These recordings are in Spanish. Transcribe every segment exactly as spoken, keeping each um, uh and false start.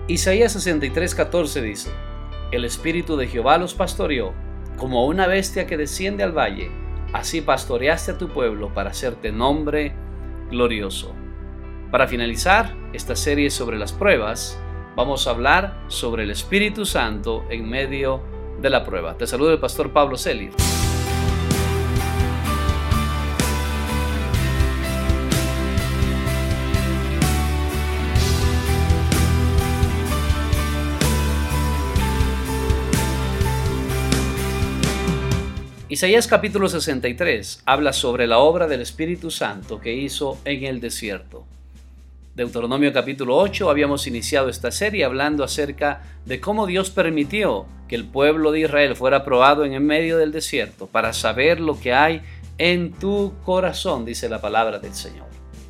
Isaías sesenta y tres, catorce dice: El Espíritu de Jehová los pastoreó, como una bestia que desciende al valle, así pastoreaste a tu pueblo para hacerte nombre glorioso. Para finalizar esta serie sobre las pruebas, vamos a hablar sobre el Espíritu Santo en medio de la prueba. Te saluda el pastor Pablo Celis. Isaías capítulo sesenta y tres habla sobre la obra del Espíritu Santo que hizo en el desierto. Deuteronomio capítulo ocho habíamos iniciado esta serie hablando acerca de cómo Dios permitió que el pueblo de Israel fuera probado en el medio del desierto para saber lo que hay en tu corazón, dice la palabra del Señor.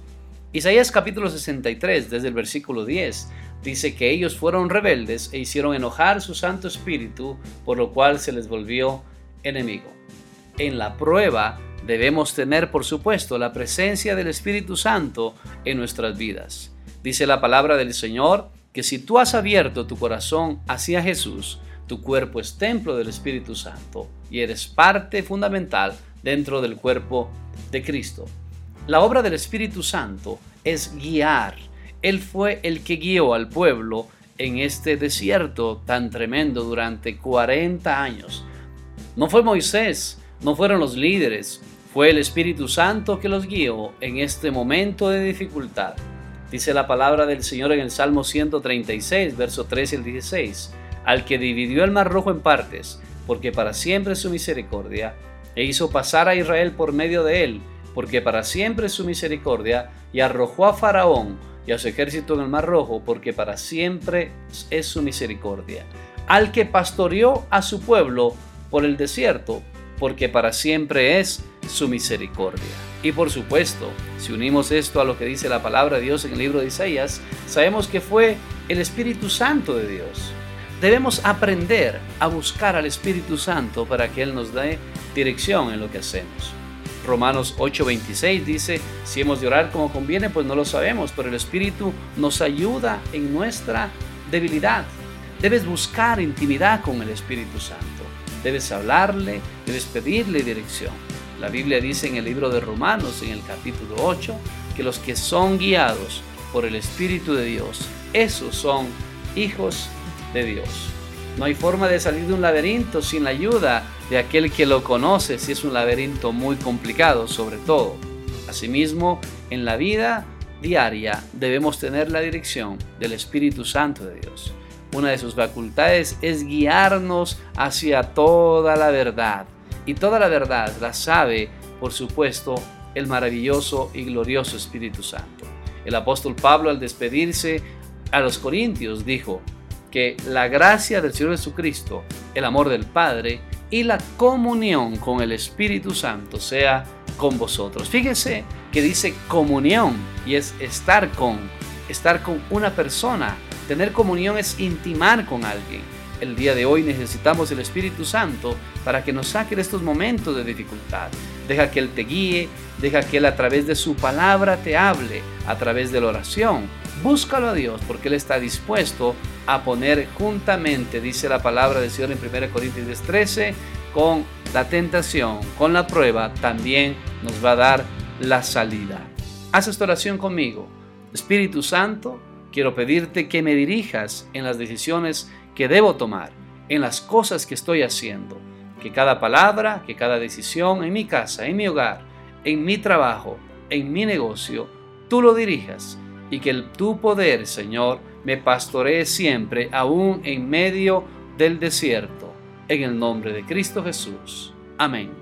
Isaías capítulo sesenta y tres, desde el versículo diez, dice que ellos fueron rebeldes e hicieron enojar su Santo Espíritu, por lo cual se les volvió enemigo. En la prueba debemos tener, por supuesto, la presencia del Espíritu Santo en nuestras vidas. Dice la palabra del Señor que si tú has abierto tu corazón hacia Jesús, tu cuerpo es templo del Espíritu Santo y eres parte fundamental dentro del cuerpo de Cristo. La obra del Espíritu Santo es guiar. Él fue el que guió al pueblo en este desierto tan tremendo durante cuarenta años. No fue Moisés, no fueron los líderes, fue el Espíritu Santo que los guió en este momento de dificultad. Dice la palabra del Señor en el Salmo ciento treinta y seis, verso trece al dieciséis, al que dividió el mar rojo en partes, porque para siempre es su misericordia, e hizo pasar a Israel por medio de él, porque para siempre es su misericordia, y arrojó a Faraón y a su ejército en el mar rojo, porque para siempre es su misericordia. Al que pastoreó a su pueblo por el desierto, porque para siempre es su misericordia. Y por supuesto, si unimos esto a lo que dice la palabra de Dios en el libro de Isaías, sabemos que fue el Espíritu Santo de Dios. Debemos aprender a buscar al Espíritu Santo para que Él nos dé dirección en lo que hacemos. Romanos ocho veintiséis dice: si hemos de orar como conviene, pues no lo sabemos, pero el Espíritu nos ayuda en nuestra debilidad. Debes buscar intimidad con el Espíritu Santo. Debes hablarle, debes pedirle dirección. La Biblia dice en el libro de Romanos, en el capítulo ocho, que los que son guiados por el Espíritu de Dios, esos son hijos de Dios. No hay forma de salir de un laberinto sin la ayuda de aquel que lo conoce, si es un laberinto muy complicado, sobre todo. Asimismo, en la vida diaria debemos tener la dirección del Espíritu Santo de Dios. Una de sus facultades es guiarnos hacia toda la verdad. Y toda la verdad la sabe, por supuesto, el maravilloso y glorioso Espíritu Santo. El apóstol Pablo, al despedirse a los corintios, dijo que la gracia del Señor Jesucristo, el amor del Padre y la comunión con el Espíritu Santo sea con vosotros. Fíjese que dice comunión y es estar con, estar con una persona. Tener comunión es intimar con alguien. El día de hoy necesitamos el Espíritu Santo para que nos saque de estos momentos de dificultad. Deja que Él te guíe, deja que Él a través de su palabra te hable, a través de la oración. Búscalo a Dios porque Él está dispuesto a poner juntamente, dice la palabra del Señor en primera Corintios diez trece, con la tentación, con la prueba, también nos va a dar la salida. Haz esta oración conmigo. Espíritu Santo, quiero pedirte que me dirijas en las decisiones que debo tomar, en las cosas que estoy haciendo, que cada palabra, que cada decisión en mi casa, en mi hogar, en mi trabajo, en mi negocio, tú lo dirijas y que el, tu poder, Señor, me pastoree siempre, aún en medio del desierto, en el nombre de Cristo Jesús. Amén.